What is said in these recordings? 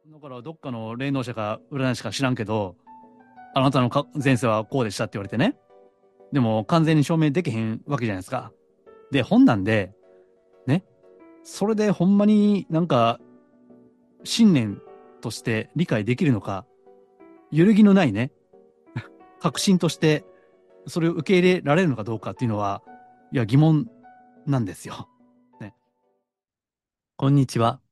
だからどっかの霊能者か占い師か知らんけど、あなたの前世はこうでしたって言われてね。でも完全に証明できへんわけじゃないですか。で、本なんで、ね。それでほんまになんか信念として理解できるのか、揺るぎのないね、確信としてそれを受け入れられるのかどうかっていうのは、いや疑問なんですよ。ね。 こんにちは。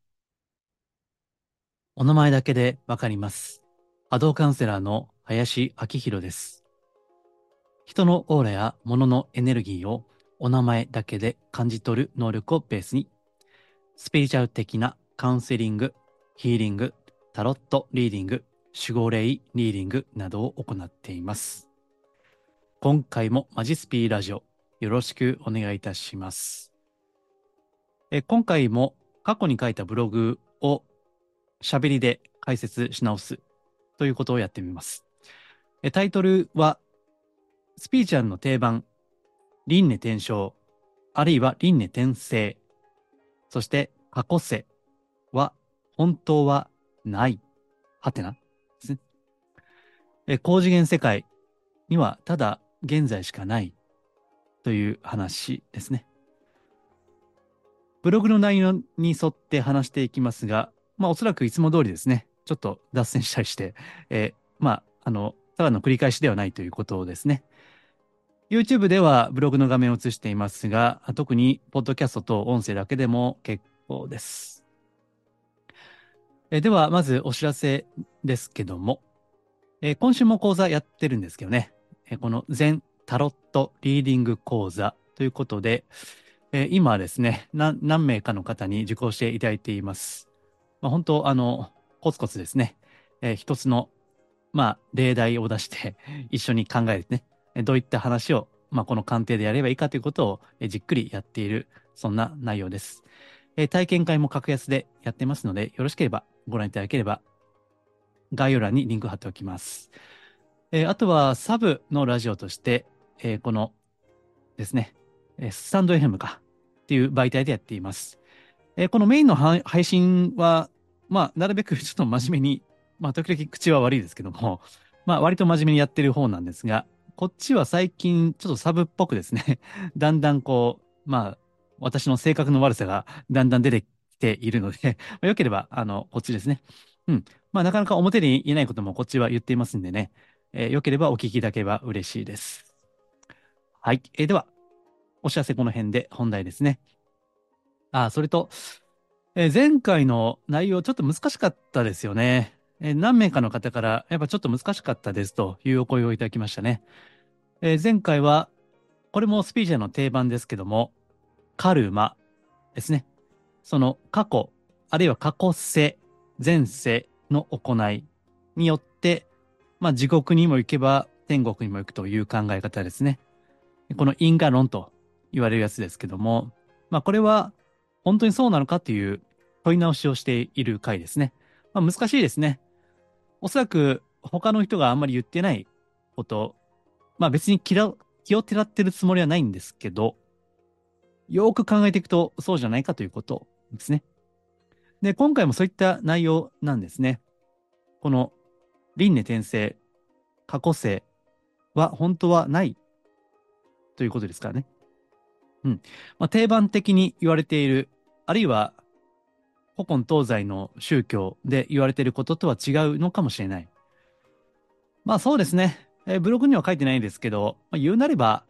お名前だけでわかります。波動カウンセラーの林明宏です。人のオーラや物のエネルギーをお名前だけで感じ取る能力をベースに、スピリチュアル的なカウンセリング、ヒーリング、タロットリーディング、守護霊リーディングなどを行っています。今回もマジスピラジオよろしくお願いいたします。今回も過去に書いたブログを喋りで解説し直すということをやってみます。タイトルは、スピーチュアルの定番、輪廻転生、あるいは輪廻転生、そして過去世は本当はない、はてなですね。高次元世界にはただ現在しかないという話ですね。ブログの内容に沿って話していきますが、おそらくいつも通りですね。ちょっと脱線したりして、ただの繰り返しではないということですね。YouTube ではブログの画面を映していますが、特にポッドキャストと音声だけでも結構です。では、まずお知らせですけども、今週も講座やってるんですけどね、この全タロットリーディング講座ということで、今ですね、何名かの方に受講していただいています。本当、コツコツですね、一つの、例題を出して一緒に考えてね、どういった話を、この鑑定でやればいいかということを、じっくりやっている、そんな内容です。体験会も格安でやってますので、よろしければご覧いただければ、概要欄にリンク貼っておきます。あとは、サブのラジオとして、このですね、スタンド FM かっていう媒体でやっています。このメインの配信は、なるべくちょっと真面目に、時々口は悪いですけども、割と真面目にやってる方なんですが、こっちは最近ちょっとサブっぽくですね、だんだんこう、私の性格の悪さがだんだん出てきているので、よければ、こっちですね。うん。なかなか表に言えないこともこっちは言っていますんでね、よければお聞きいただければ嬉しいです。はい。では、お知らせこの辺で本題ですね。それと、前回の内容ちょっと難しかったですよね。何名かの方からやっぱちょっと難しかったですというお声をいただきましたね。前回は、これもスピーチャーの定番ですけども、カルマですね。その過去、あるいは過去世、前世の行いによって、地獄にも行けば天国にも行くという考え方ですね。この因果論と言われるやつですけども、これは本当にそうなのかという問い直しをしている回ですね。難しいですね。おそらく他の人があんまり言ってないこと、別に気をてらってるつもりはないんですけど、よーく考えていくとそうじゃないかということですね。で、今回もそういった内容なんですね。この輪廻転生、過去世は本当はないということですからね。うん。定番的に言われている、あるいは古今東西の宗教で言われていることとは違うのかもしれない。そうですね。ブログには書いてないですけど、言うなれば、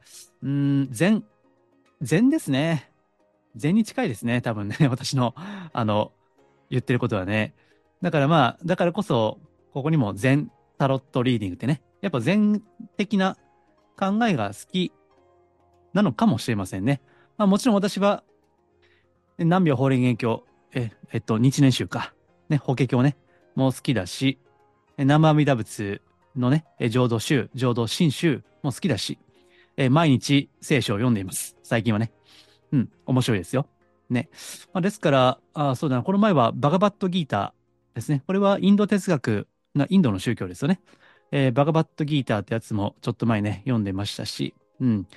禅ですね。禅に近いですね。多分ね、私の、言ってることはね。だからだからこそ、ここにも禅タロットリーディングってね、やっぱ禅的な考えが好きなのかもしれませんね。もちろん私は南無法蓮華経、日蓮宗か。ね、法華経ね、もう好きだし、南無阿弥陀仏のね、浄土宗、浄土真宗も好きだし、毎日聖書を読んでいます。最近はね。うん、面白いですよ。ね。ですから、そうだな、この前はバガバットギーターですね。これはインド哲学インドの宗教ですよね。バガバットギーターってやつもちょっと前ね、読んでましたし、うん。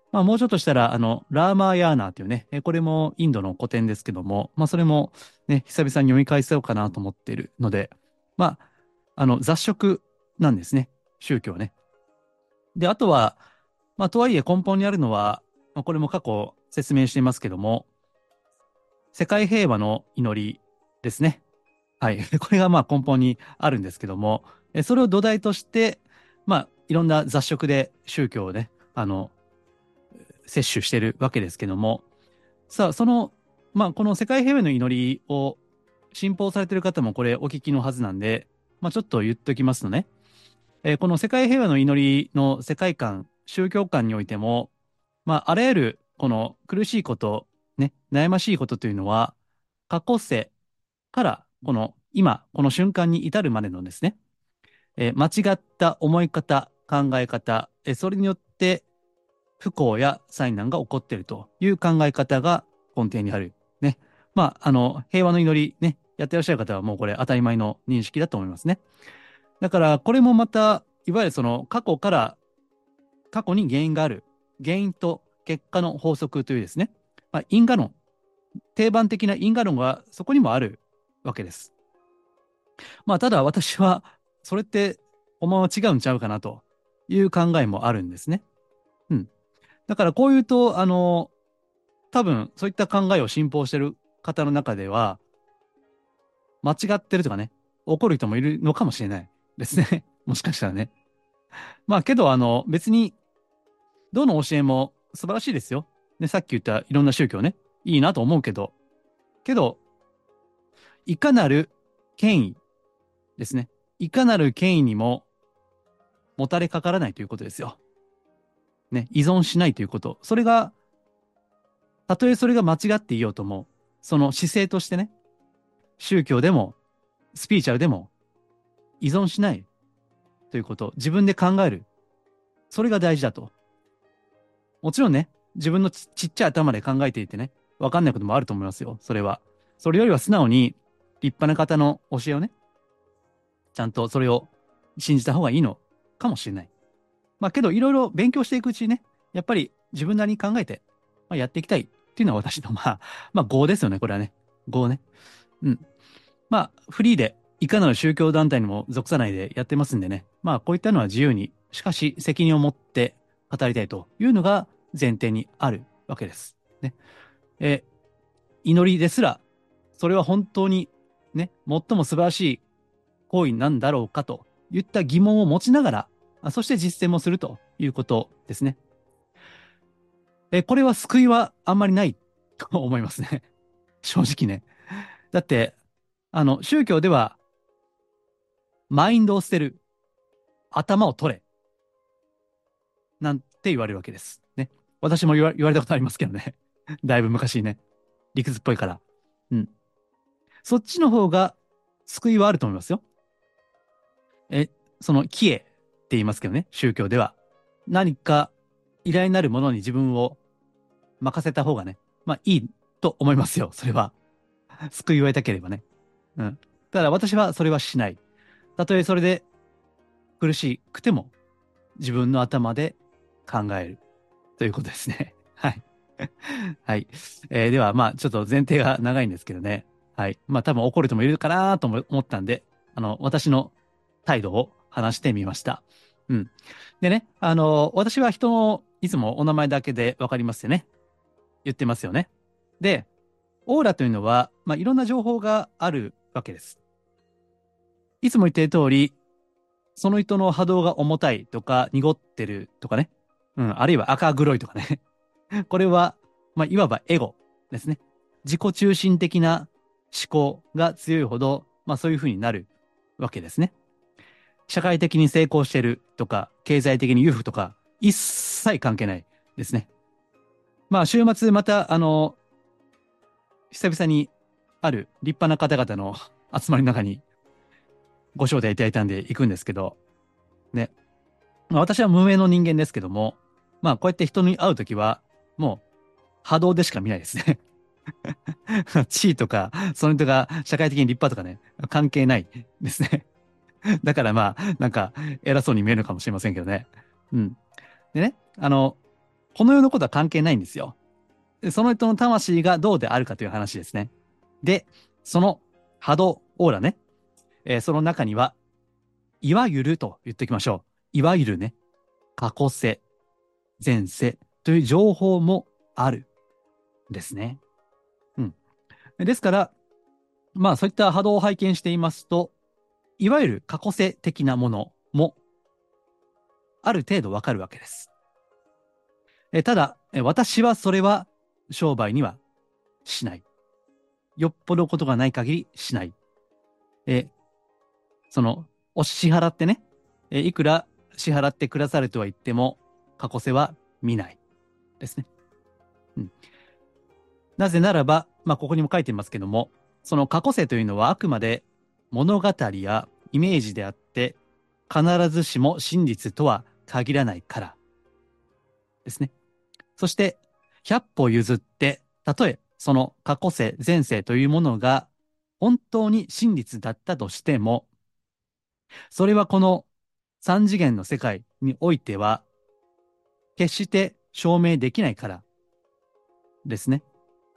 まあもうちょっとしたら、ラーマーヤーナーっていうね、これもインドの古典ですけども、まあそれもね、久々に読み返そうかなと思っているので、まあ、雑食なんですね、宗教ね。で、あとは、まあとはいえ根本にあるのは、まあ、これも過去説明していますけども、世界平和の祈りですね。はい。これがまあ根本にあるんですけども、それを土台として、まあいろんな雑食で宗教をね、摂取してるわけですけども、さあ、まあ、この世界平和の祈りを信奉されてる方もこれお聞きのはずなんで、まあ、ちょっと言っておきますとね、この世界平和の祈りの世界観、宗教観においても、まあ、あらゆるこの苦しいこと、ね、悩ましいことというのは、過去世からこの今、この瞬間に至るまでのですね、間違った思い方、考え方、それによって不幸や災難が起こっているという考え方が根底にある。ね。まあ、平和の祈りね、やってらっしゃる方はもうこれ当たり前の認識だと思いますね。だから、これもまた、いわゆるその過去に原因がある。原因と結果の法則というですね。まあ、因果論。定番的な因果論がそこにもあるわけです。まあ、ただ私は、それって、ほんまは違うんちゃうかなという考えもあるんですね。うん。だからこういうと、多分そういった考えを信奉している方の中では、間違ってるとかね、怒る人もいるのかもしれないですね。もしかしたらね。まあけど、別に、どの教えも素晴らしいですよ。ね、さっき言ったいろんな宗教ね、いいなと思うけど、いかなる権威ですね。いかなる権威にももたれかからないということですよ。ね、依存しないということ。それが、たとえそれが間違っていようとも、その姿勢としてね、宗教でも、スピリチュアルでも、依存しないということ、自分で考える。それが大事だと。もちろんね、自分のちっちゃい頭で考えていてね、わかんないこともあると思いますよ。それは。それよりは素直に立派な方の教えをね、ちゃんとそれを信じた方がいいのかもしれない。まあけど、いろいろ勉強していくうちにね、やっぱり自分なりに考えて、まあ、やっていきたいっていうのは私の、まあ、業ですよね、これはね。業ね。うん。まあ、フリーで、いかなる宗教団体にも属さないでやってますんでね。まあ、こういったのは自由に、しかし責任を持って語りたいというのが前提にあるわけです。ね。え祈りですら、それは本当にね、最も素晴らしい行為なんだろうかといった疑問を持ちながら、そして実践もするということですね。これは救いはあんまりないと思いますね。正直ね。だって、宗教では、マインドを捨てる、頭を取れ、なんて言われるわけです。ね。私も言われたことありますけどね。だいぶ昔ね。理屈っぽいから。うん。そっちの方が救いはあると思いますよ。え、その、帰依って言いますけどね、宗教では。何か依頼になるものに自分を任せた方がね、まあいいと思いますよ、それは。救いを得たければね。うん。ただ私はそれはしない。たとえそれで苦しくても自分の頭で考えるということですね。はい。はい。では、まあ、ちょっと前提が長いんですけどね。はい。まあ、多分怒る人もいるかなと思ったんで、私の態度を話してみました。うん。でね、私は人のいつもお名前だけでわかりますよね。言ってますよね。で、オーラというのは、まあ、いろんな情報があるわけです。いつも言っている通り、その人の波動が重たいとか、濁ってるとかね。うん、あるいは赤黒いとかね。これは、まあ、いわばエゴですね。自己中心的な思考が強いほど、まあ、そういうふうになるわけですね。社会的に成功してるとか、経済的に裕福とか、一切関係ないですね。まあ、週末また、久々にある立派な方々の集まりの中にご招待いただいたんで行くんですけど、ね。まあ、私は無名の人間ですけども、まあ、こうやって人に会うときは、もう波動でしか見ないですね。地位とか、その人が社会的に立派とかね、関係ないですね。だからまあ、なんか、偉そうに見えるかもしれませんけどね。うん。でね、 この世のことは関係ないんですよ。でその人の魂がどうであるかという話ですね。で、その波動、オーラね、その中には、いわゆると言っておきましょう。いわゆるね、過去世、前世という情報もあるんですね。うん。ですから、まあそういった波動を拝見していますと、いわゆる過去世的なものもある程度わかるわけです。ただ、私はそれは商売にはしない。よっぽどことがない限りしない。え、その、お支払ってね、いくら支払ってくださるとは言っても、過去世は見ないですね。うん。なぜならば、まあ、ここにも書いてますけども、その過去世というのはあくまで物語やイメージであって、必ずしも真実とは限らないからですね。そして、100歩譲って、たとえその過去世、前世というものが本当に真実だったとしても、それはこの三次元の世界においては、決して証明できないからですね。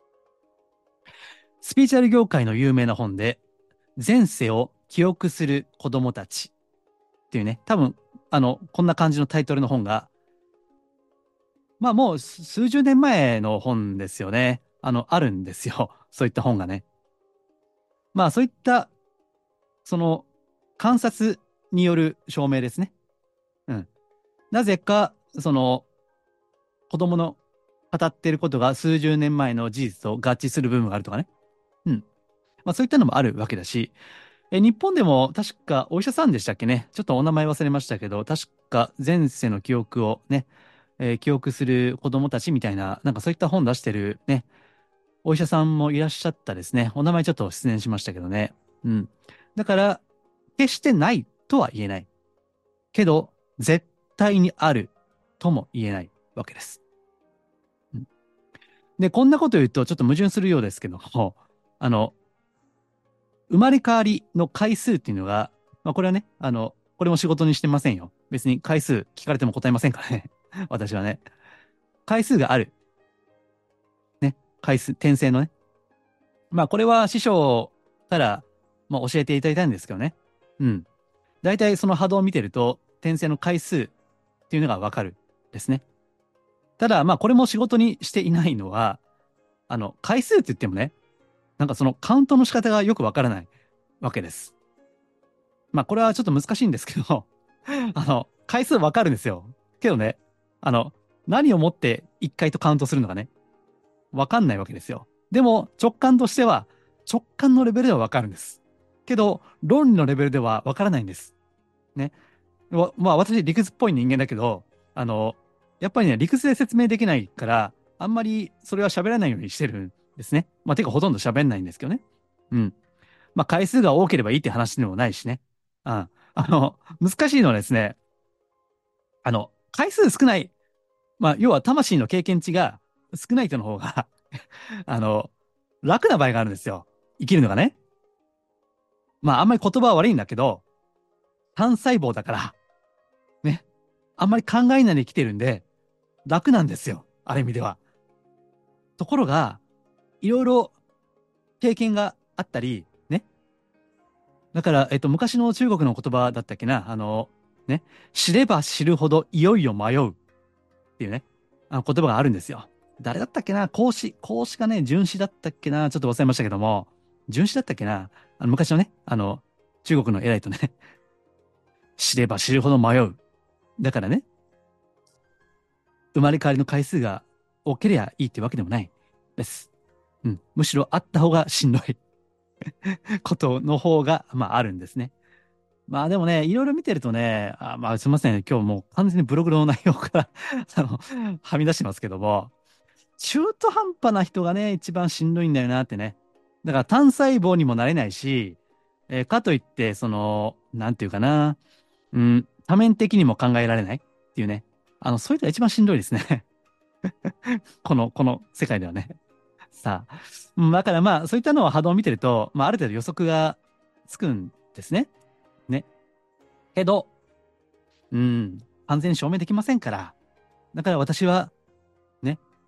スピーチュアル業界の有名な本で、前世を記憶する子供たちっていうね、多分、こんな感じのタイトルの本が、まあもう数十年前の本ですよね。あるんですよ。そういった本がね。まあそういった、その、観察による証明ですね。うん。なぜか、その、子供の語っていることが数十年前の事実と合致する部分があるとかね。うん。まあそういったのもあるわけだし、日本でも確かお医者さんでしたっけね。ちょっとお名前忘れましたけど、確か前世の記憶をね、記憶する子供たちみたいな、なんかそういった本出してるね、お医者さんもいらっしゃったですね。お名前ちょっと失念しましたけどね。うん。だから、決してないとは言えない。けど、絶対にあるとも言えないわけです。うん。で、こんなこと言うとちょっと矛盾するようですけども、あの、生まれ変わりの回数っていうのが、まあこれはね、これも仕事にしてませんよ。別に回数聞かれても答えませんからね。私はね。回数がある。ね。回数、転生のね。まあこれは師匠から、まあ教えていただいたんですけどね。うん。大体その波動を見てると、転生の回数っていうのがわかるですね。ただ、まあこれも仕事にしていないのは、回数って言ってもね、なんかそのカウントの仕方がよくわからないわけです。まあこれはちょっと難しいんですけど、回数わかるんですよ。けどね、あの、何をもって1回とカウントするのかね、わかんないわけですよ。でも直感としては、直感のレベルではわかるんです。けど、論理のレベルではわからないんです。ね。まあ私理屈っぽい人間だけど、あの、やっぱりね、理屈で説明できないから、あんまりそれは喋らないようにしてるんですね。まあてかほとんど喋んないんですけどね。うん。まあ回数が多ければいいって話でもないしね。うん。難しいのはですね、回数少ない、まあ要は魂の経験値が少ない人の方があの、楽な場合があるんですよ。生きるのがね。まああんまり言葉は悪いんだけど、単細胞だから、ね。あんまり考えないで生きてるんで、楽なんですよ。ある意味では。ところが、いろいろ経験があったり、ね。だから、昔の中国の言葉だったっけな、ね。知れば知るほどいよいよ迷うっていうね、言葉があるんですよ。誰だったっけな、孔子がね、荀子だったっけな、ちょっと忘れましたけども、荀子だったっけな、昔のね、中国の偉いとね、知れば知るほど迷う。だからね、生まれ変わりの回数が多ければいいってわけでもないです。うん。むしろあった方がしんどいことの方が、まああるんですね。まあでもね、いろいろ見てるとね、まあすみません。今日もう完全にブログの内容からはみ出してますけども、中途半端な人がね、一番しんどいんだよなってね。だから単細胞にもなれないし、かといって、なんていうかな、うん、多面的にも考えられないっていうね。そういうのが一番しんどいですね。この世界ではね。さあ。だからまあ、そういったのを波動を見てると、まあ、ある程度予測がつくんですね。ね。けど、完全に証明できませんから。だから私は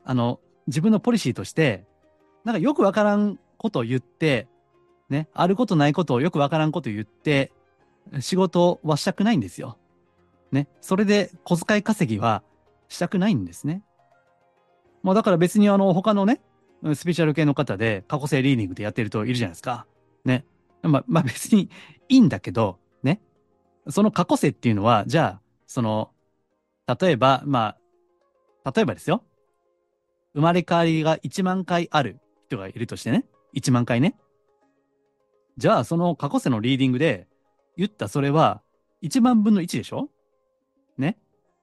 自分のポリシーとして、なんかよくわからんことを言って、ね、あることないことをよくわからんことを言って、仕事はしたくないんですよ。ね。それで小遣い稼ぎはしたくないんですね。まあだから別に他のね、スピリチュアル系の方で過去性リーディングでやってる人いるじゃないですか。ね。まあ別にいいんだけど、ね。その過去性っていうのは、じゃあ、例えば、例えばですよ。生まれ変わりが1万回ある人がいるとしてね。1万回ね。じゃあ、その過去世のリーディングで言ったそれは1万分の1でしょね。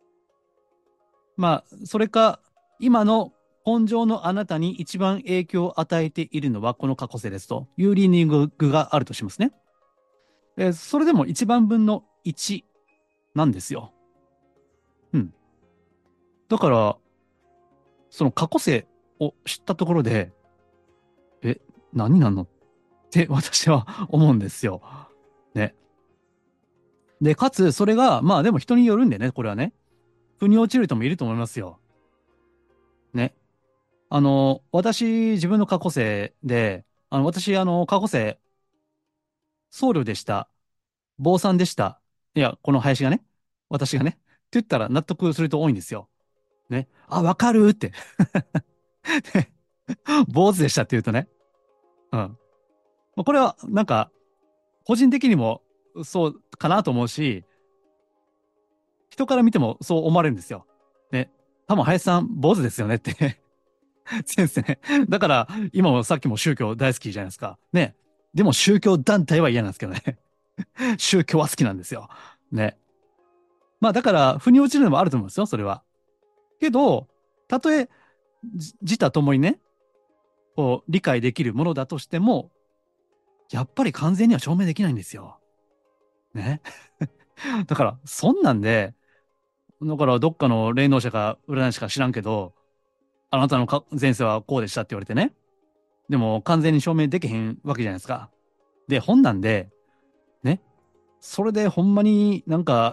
それか、今の根性のあなたに一番影響を与えているのはこの過去世ですというリーディングがあるとしますね。それでも1万分の1なんですよ。うん。だから、その過去世を知ったところで、え、何なのって私は思うんですよ。ね。で、かつ、それが、まあでも人によるんでね、これはね。腑に落ちる人もいると思いますよ。ね。私、自分の過去世で、私、過去世、僧侶でした。坊さんでした。いや、この林がね、私がね、って言ったら納得する人多いんですよ。ね。あ、わかるって。坊主でしたって言うとね。うん。これは、なんか、個人的にもそうかなと思うし、人から見てもそう思われるんですよ。ね。多分、林さん、坊主ですよねって先生ね。だから、今もさっきも宗教大好きじゃないですか。ね。でも宗教団体は嫌なんですけどね。宗教は好きなんですよ。ね。まあだから、腑に落ちるのもあると思うんですよ、それは。けど、たとえ自他ともにね、こう、理解できるものだとしても、やっぱり完全には証明できないんですよ。ね。だから、そんなんで、だからどっかの霊能者か占い師か知らんけど、あなたの前世はこうでしたって言われてね。でも完全に証明できへんわけじゃないですか。で、本なんで、ね。それでほんまになんか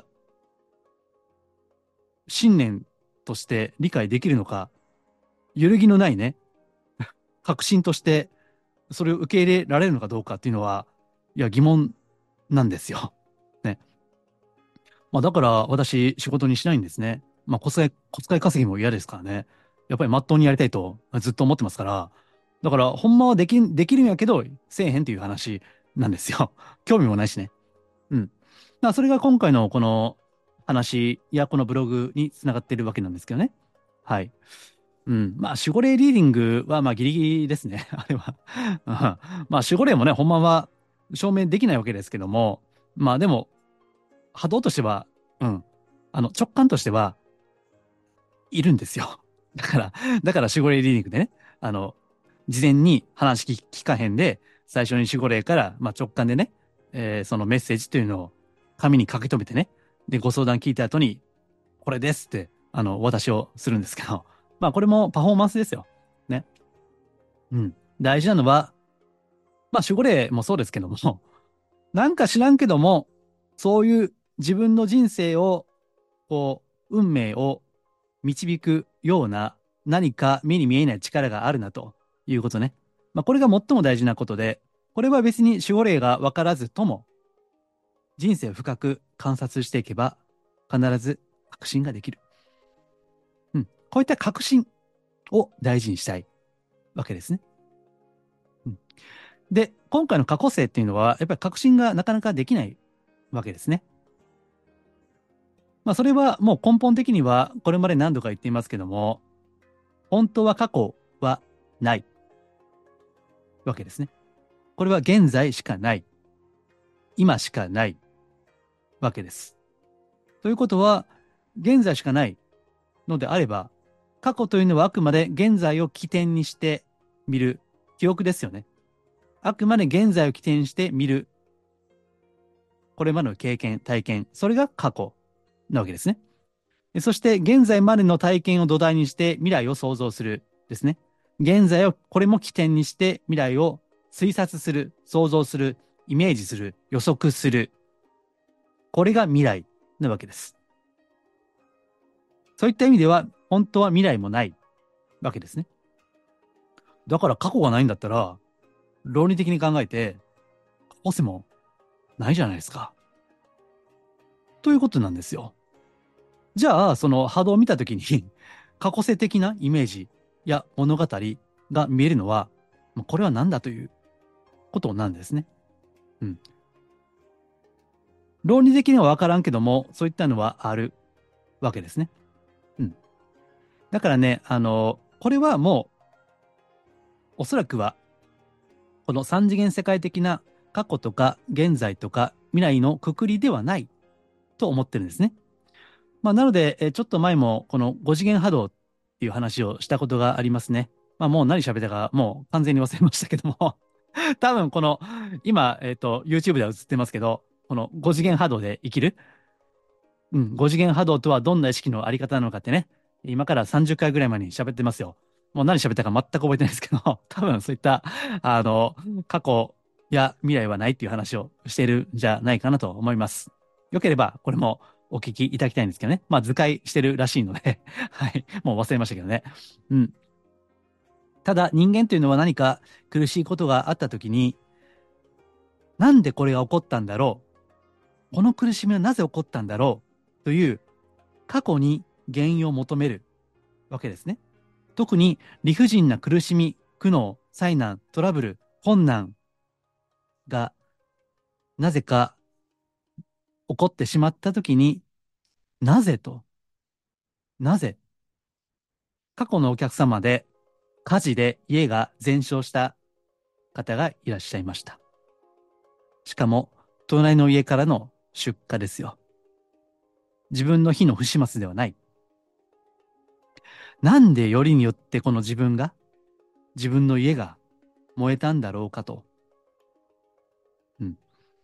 信念として理解できるのか、揺るぎのないね、確信としてそれを受け入れられるのかどうかっていうのは、いや疑問なんですよ。ね。だから私仕事にしないんですね。小遣い稼ぎも嫌ですからね。やっぱりまっとうにやりたいとずっと思ってますから。だからほんまはできるんやけど、せえへんっていう話なんですよ。興味もないしね。うん。それが今回のこの話やこのブログにつながっているわけなんですけどね。はい。うん。守護霊リーディングはギリギリですね。あれは。うん守護霊もね、ほんまは証明できないわけですけども、でも、波動としては、うん。直感としてはいるんですよ。だから守護霊リーディングでね、あの、事前に話聞かへんで、最初に守護霊から、直感でね、そのメッセージというのを紙に書き留めてね、で、ご相談聞いた後に、これですって、お渡しをするんですけど、これもパフォーマンスですよ。ね。うん。大事なのは、守護霊もそうですけども、なんか知らんけども、そういう自分の人生を、運命を導くような何か目に見えない力があるなということね。これが最も大事なことで、これは別に守護霊が分からずとも、人生を深く観察していけば、必ず確信ができる。うん。こういった確信を大事にしたいわけですね。うん。で、今回の過去世っていうのは、やっぱり確信がなかなかできないわけですね。それはもう根本的には、これまで何度か言っていますけども、本当は過去はないわけですね。これは現在しかない。今しかないわけです。ということは、現在しかないのであれば、過去というのはあくまで現在を起点にして見る記憶ですよね。あくまで現在を起点にして見る、これまでの経験、体験、それが過去なわけですね。そして現在までの体験を土台にして未来を想像するですね。現在をこれも起点にして未来を推察する、想像する、イメージする、予測する。これが未来なわけです。そういった意味では、本当は未来もないわけですね。だから過去がないんだったら、論理的に考えて、過去世もないじゃないですか。ということなんですよ。じゃあ、その波動を見たときに過去世的なイメージや物語が見えるのは、これは何だということなんですね。うん。論理的にはわからんけども、そういったのはあるわけですね。うん。だからね、これはもう、おそらくは、この三次元世界的な過去とか現在とか未来のくくりではないと思ってるんですね。なので、ちょっと前もこの5次元波動っていう話をしたことがありますね。もう何喋ったかもう完全に忘れましたけども多分この、今、YouTube では映ってますけど、この5次元波動で生きる。うん、5次元波動とはどんな意識のあり方なのかってね、今から30回ぐらい前に喋ってますよ。もう何喋ったか全く覚えてないですけど、多分そういった、あの、過去や未来はないっていう話をしているんじゃないかなと思います。よければ、これもお聞きいただきたいんですけどね。図解してるらしいのではい、もう忘れましたけどね。うん。ただ、人間というのは何か苦しいことがあったときに、なんでこれが起こったんだろう、この苦しみはなぜ起こったんだろうという過去に原因を求めるわけですね。特に理不尽な苦しみ、苦悩、災難、トラブル、困難がなぜか起こってしまったときに、なぜと、なぜ、過去のお客様で火事で家が全焼した方がいらっしゃいました。しかも、隣の家からの出火ですよ。自分の火の不始末ではない。なんでよりによってこの自分が、自分の家が燃えたんだろうかと。うん。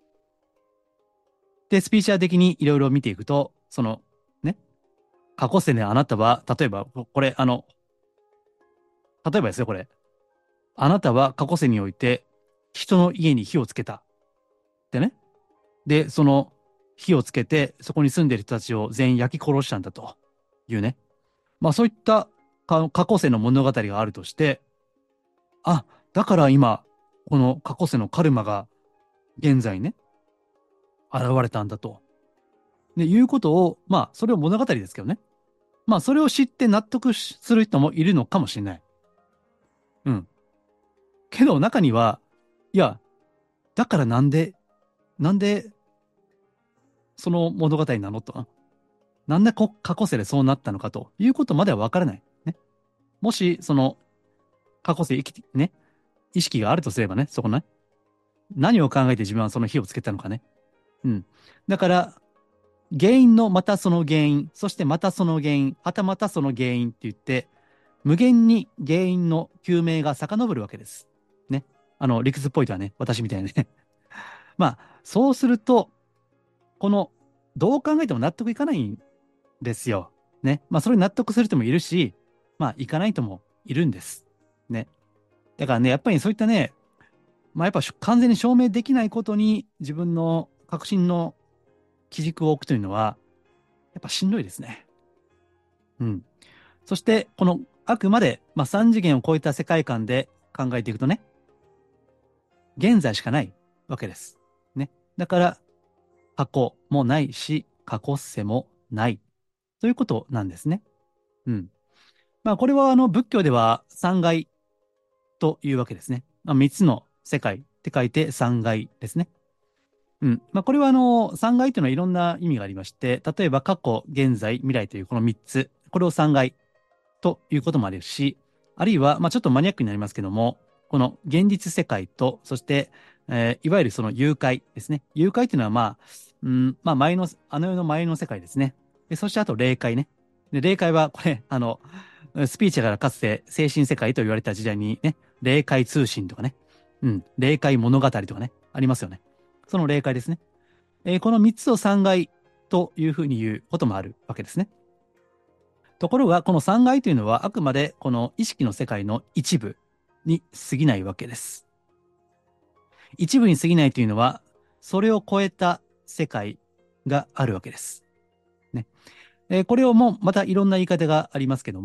で、スピーチャー的にいろいろ見ていくと、ね、過去世であなたは、例えば、これ、例えばですよ、これ。あなたは過去世において、人の家に火をつけた。ってね。で、その火をつけて、そこに住んでる人たちを全員焼き殺したんだというね。そういった過去世の物語があるとして、あ、だから今、この過去世のカルマが現在ね、現れたんだと。で、いうことを、それを物語ですけどね。それを知って納得する人もいるのかもしれない。うん。けど、中には、いや、だからなんで、その物語なのと。なんで過去世でそうなったのかということまではわからない。ね。もし、その、過去世生きて、ね、意識があるとすればね、そこね、何を考えて自分はその火をつけたのかね。うん。だから、原因のまたその原因、そしてまたその原因、はたまたその原因って言って、無限に原因の究明が遡るわけです。ね。理屈っぽいとはね、私みたいなね。そうすると、この、どう考えても納得いかないんですよ。ね。それに納得する人もいるし、いかない人もいるんです。ね。だからね、やっぱりそういったね、やっぱ完全に証明できないことに自分の確信の基軸を置くというのは、やっぱしんどいですね。うん。そして、このあくまで、3次元を超えた世界観で考えていくとね、現在しかないわけです。ね。だから、過去もないし、過去世もないということなんですね。うん。これは仏教では三界というわけですね。三つの世界って書いて三界ですね。うん。これは三界というのはいろんな意味がありまして、例えば過去、現在、未来というこの三つ、これを三界ということもあるし、あるいは、ちょっとマニアックになりますけども、この現実世界と、そして、いわゆるその誘拐ですね。誘拐っていうのは、前の、あの世の前の世界ですね。で、そしてあと霊界ね。で、霊界は、これ、スピーチからかつて精神世界と言われた時代にね、霊界通信とかね、うん、霊界物語とかね、ありますよね。その霊界ですね。この三つを三界というふうに言うこともあるわけですね。ところが、この三界というのはあくまでこの意識の世界の一部に過ぎないわけです。一部に過ぎないというのは、それを超えた世界があるわけです。ね。これをもうまたいろんな言い方がありますけども、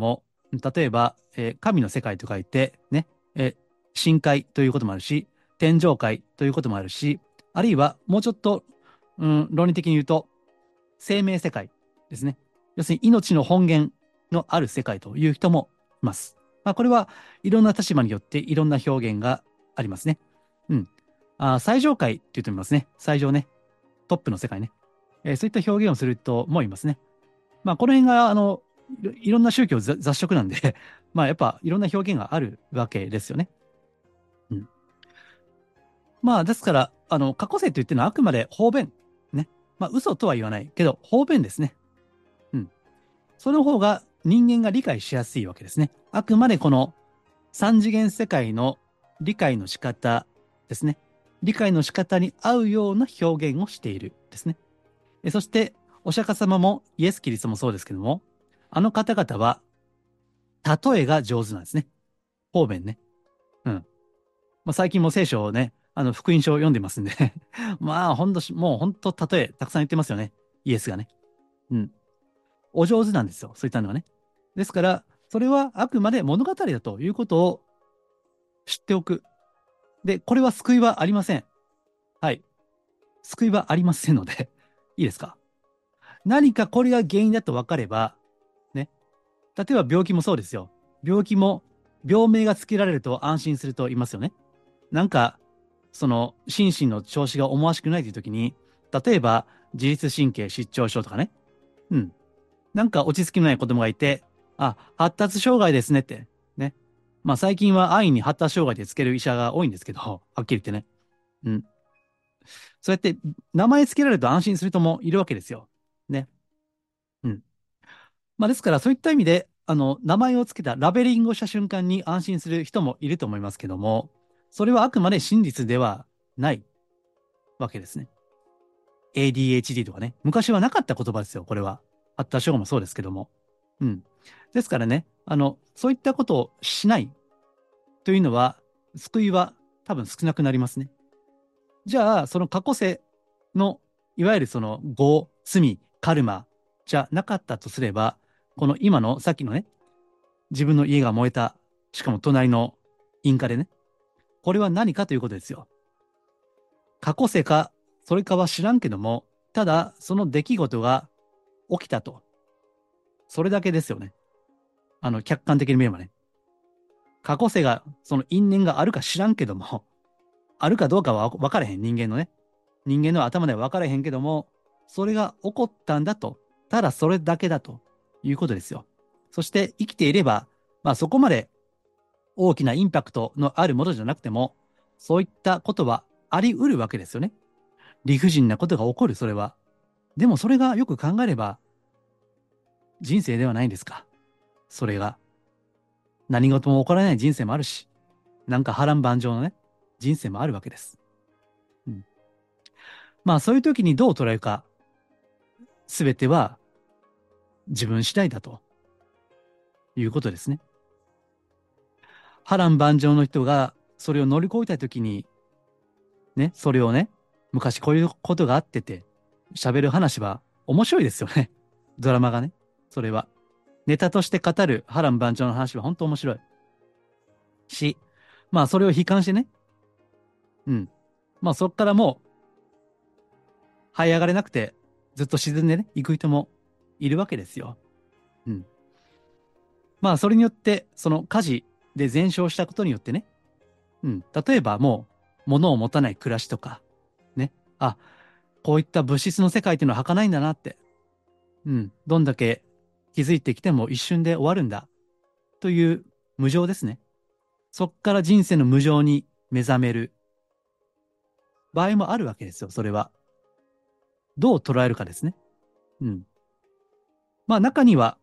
例えば、神の世界と書いて、ね、深海ということもあるし、天上界ということもあるし、あるいはもうちょっと、論理的に言うと、生命世界ですね。要するに命の本源のある世界という人もいます。まあ、これはいろんな立場によっていろんな表現がありますね。うん。最上界って言ってみますね。最上ね。トップの世界ね。そういった表現をする人もいますね。まあ、この辺が、いろんな宗教雑食なんでまあ、やっぱいろんな表現があるわけですよね。うん。まあ、ですから、過去世と言ってるのはあくまで方便。ね。まあ、嘘とは言わないけど、方便ですね。うん。その方が人間が理解しやすいわけですね。あくまでこの三次元世界の理解の仕方ですね。理解の仕方に合うような表現をしているですね。そして、お釈迦様もイエス・キリストもそうですけども、あの方々は例えが上手なんですね。方便ね。うん。まあ、最近も聖書をね、福音書を読んでますんでまあ、ほんともうほんと例えたくさん言ってますよね。イエスがね。うん。お上手なんですよ。そういったのはね。ですから、それはあくまで物語だということを知っておく。で、これは救いはありません。はい。救いはありませんのでいいですか？何かこれが原因だと分かれば、ね。例えば病気もそうですよ。病気も、病名がつけられると安心すると言いますよね。なんか、心身の調子が思わしくないという時に、例えば、自律神経失調症とかね。うん。なんか落ち着きのない子供がいて、発達障害ですねって。ね。まあ最近は安易に発達障害でつける医者が多いんですけど、はっきり言ってね。うん。そうやって名前つけられると安心する人もいるわけですよ。ね。うん。まあですからそういった意味で、名前をつけたラベリングをした瞬間に安心する人もいると思いますけども、それはあくまで真実ではないわけですね。ADHD とかね。昔はなかった言葉ですよ、これは。発達障害もそうですけども。うん。ですからね、そういったことをしないというのは、救いは多分少なくなりますね。じゃあ、その過去世の、いわゆるその業、罪、カルマじゃなかったとすれば、この今のさっきのね、自分の家が燃えた、しかも隣のインカでね、これは何かということですよ。過去世か、それかは知らんけども、ただ、その出来事が起きたと。それだけですよね。客観的に見ればね。過去世が、その因縁があるか知らんけども、あるかどうかは分からへん、人間のね。人間の頭では分からへんけども、それが起こったんだと。ただそれだけだということですよ。そして生きていれば、まあそこまで大きなインパクトのあるものじゃなくても、そういったことはあり得るわけですよね。理不尽なことが起こる、それは。でもそれがよく考えれば人生ではないんですか。それが。何事も起こらない人生もあるし、なんか波乱万丈のね、人生もあるわけです。うん。まあそういう時にどう捉えるか、すべては自分次第だということですね。波乱万丈の人がそれを乗り越えた時に、ね、それをね、昔こういうことがあってて、喋る話は面白いですよね。ドラマがね。それは。ネタとして語る波乱万丈の話は本当面白い。し、まあそれを悲観してね、うん。まあそっからもう這い上がれなくて、ずっと沈んでね、行く人もいるわけですよ。うん。まあそれによって、その火事で全焼したことによってね、うん。例えばもう、物を持たない暮らしとか、ね。こういった物質の世界っていうのは儚いんだなって。うん。どんだけ気づいてきても一瞬で終わるんだ。という無常ですね。そっから人生の無常に目覚める場合もあるわけですよ、それは。どう捉えるかですね。うん。まあ中には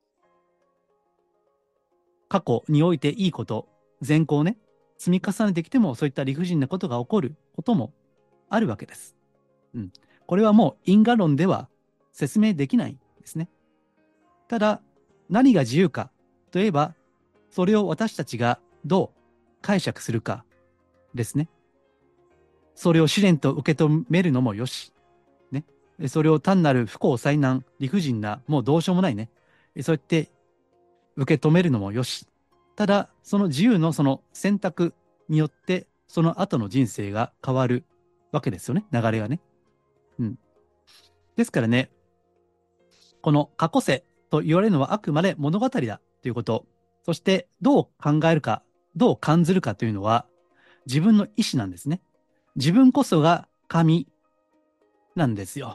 過去においていいこと、善行をね、積み重ねてきてもそういった理不尽なことが起こることもあるわけです。うん。これはもう因果論では説明できないですね。ただ、何が自由かといえば、それを私たちがどう解釈するかですね。それを試練と受け止めるのもよし、ね。それを単なる不幸災難、理不尽な、もうどうしようもないね。そうやって受け止めるのもよし。ただ、その自由のその選択によって、その後の人生が変わるわけですよね。流れがね。うん。ですからね、この過去世と言われるのはあくまで物語だということ。そして、どう考えるか、どう感じるかというのは、自分の意思なんですね。自分こそが神なんですよ。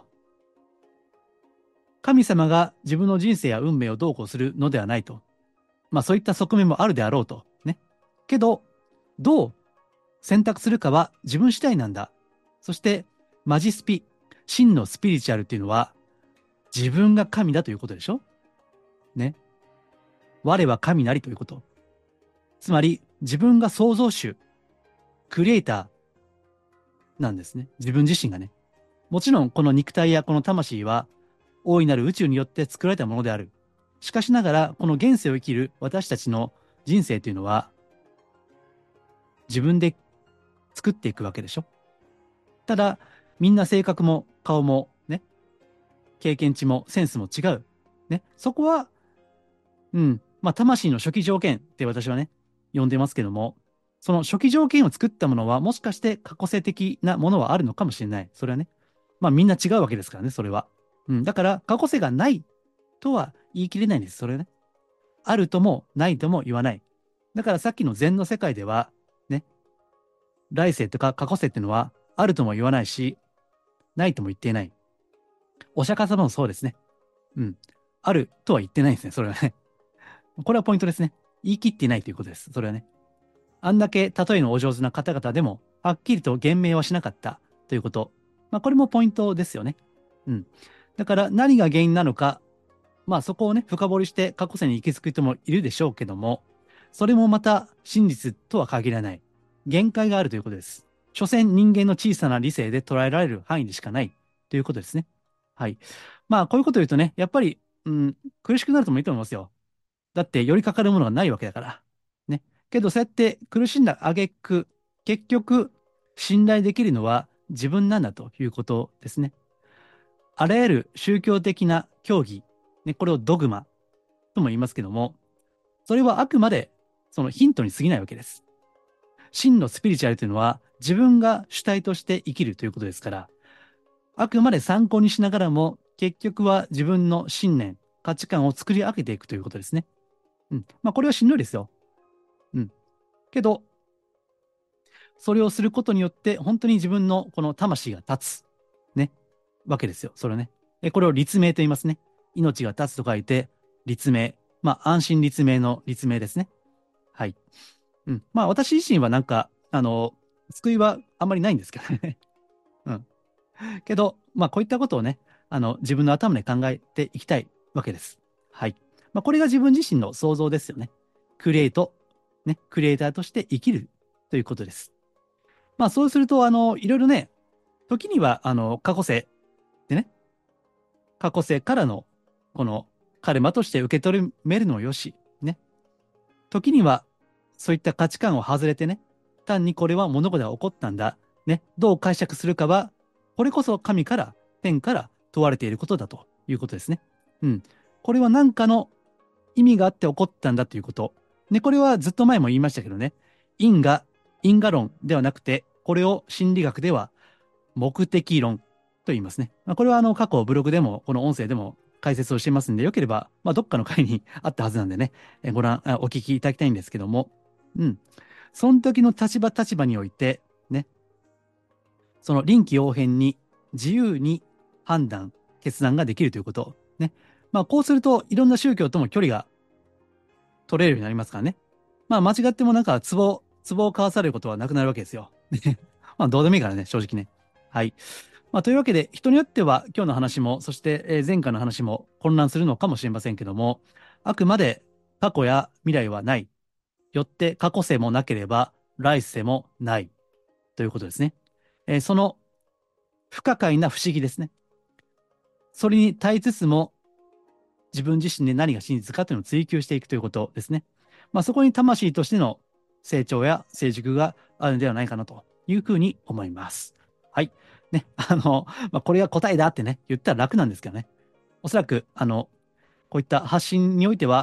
神様が自分の人生や運命をどうこうするのではないと。まあそういった側面もあるであろうと。ね。けど、どう選択するかは自分次第なんだ。そして、マジスピ、真のスピリチュアルっていうのは、自分が神だということでしょ。ね。我は神なりということ。つまり、自分が創造主、クリエイターなんですね。自分自身がね。もちろん、この肉体やこの魂は、大いなる宇宙によって作られたものである。しかしながら、この現世を生きる私たちの人生というのは、自分で作っていくわけでしょ。ただ、みんな性格も顔もね、経験値もセンスも違う。ね。そこは、まあ、魂の初期条件って私はね、呼んでますけども、その初期条件を作ったものは、もしかして過去性的なものはあるのかもしれない。それはね。まあ、みんな違うわけですからね、それは。だから、過去性がないとは言い切れないんです、それはね。あるともないとも言わない。だからさっきの禅の世界では、ね、来世とか過去世っていうのは、あるとも言わないし、ないとも言っていない。お釈迦様もそうですね。うん。あるとは言ってないんですね、それはね。これはポイントですね。言い切っていないということです。それはね。あんだけ例えのお上手な方々でも、はっきりと言明はしなかったということ。まあ、これもポイントですよね。うん。だから何が原因なのか、まあそこをね、深掘りして過去世に行き着く人もいるでしょうけども、それもまた真実とは限らない。限界があるということです。所詮人間の小さな理性で捉えられる範囲でしかないということですね。はい。まあこういうことを言うとね、やっぱり、苦しくなるともいいと思いますよ。だって寄りかかるものがないわけだから。ね。けどそうやって苦しんだ挙句、結局信頼できるのは自分なんだということですね。あらゆる宗教的な教義、ね、これをドグマとも言いますけども、それはあくまでそのヒントに過ぎないわけです。真のスピリチュアルというのは自分が主体として生きるということですから、あくまで参考にしながらも結局は自分の信念、価値観を作り上げていくということですね。まあこれはしんどいですよ。けど、それをすることによって本当に自分のこの魂が立つ。ね。わけですよ。それをね。これを立命と言いますね。命が立つと書いて、立命。まあ安心立命の立命ですね。はい。まあ私自身はなんか、救いはあんまりないんですけどね。うん。けど、まあこういったことをね、自分の頭で考えていきたいわけです。はい。まあこれが自分自身の想像ですよね。クリエイト、ね、クリエイターとして生きるということです。まあそうすると、いろいろね、時には、過去世でね、過去世からの、この、カルマとして受け取めるのもよし、ね。時には、そういった価値観を外れてね、単にこれは物事が起こったんだ、ね。どう解釈するかは、これこそ神から、天から問われていることだということですね。これは何かの意味があって起こったんだということ。で、これはずっと前も言いましたけどね、因果論ではなくて、これを心理学では目的論と言いますね。これは過去ブログでもこの音声でも解説をしてますんで、よければ、どっかの回にあったはずなんでね、お聞きいただきたいんですけども、その時の立場において、ね、その臨機応変に自由に判断、決断ができるということ。ね。こうすると、いろんな宗教とも距離が取れるようになりますからね。間違ってもなんか、ツボを交わされることはなくなるわけですよ。どうでもいいからね、正直ね。はい。というわけで、人によっては今日の話も、そして、前回の話も混乱するのかもしれませんけども、あくまで過去や未来はない。よって過去世もなければ来世もないということですね。その不可解な不思議ですね。それに耐えつつも自分自身で何が真実かというのを追求していくということですね。そこに魂としての成長や成熟があるのではないかなというふうに思います。はい。ね、これが答えだってね、言ったら楽なんですけどね。おそらく、こういった発信においては、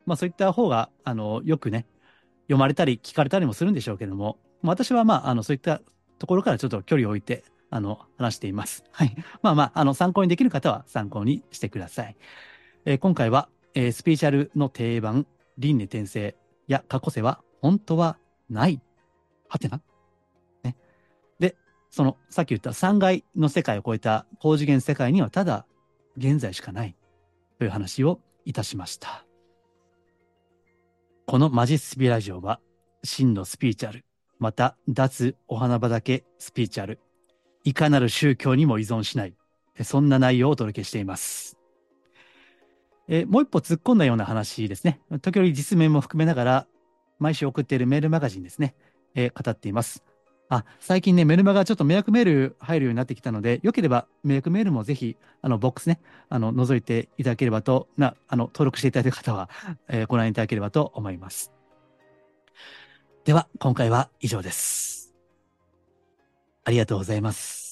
まあそういった方が、よくね、読まれたり聞かれたりもするんでしょうけども、まあ私はまあ、そういったところからちょっと距離を置いて、話しています。はい。まあまあ、参考にできる方は参考にしてください。今回は、スピーチャルの定番、輪廻転生や過去世は本当はない。はてな。ね。で、さっき言った3階の世界を超えた高次元世界にはただ現在しかないという話をいたしました。このマジスピラジオは真のスピーチャル、また脱お花畑スピーチャル、いかなる宗教にも依存しない、そんな内容をお届けしています。もう一歩突っ込んだような話ですね。時折実名も含めながら、毎週送っているメールマガジンですね。語っています。最近ね、メルマガちょっと迷惑メール入るようになってきたので、よければ迷惑メールもぜひ、ボックスね、覗いていただければと、登録していただいた方は、ご覧いただければと思います。では、今回は以上です。ありがとうございます。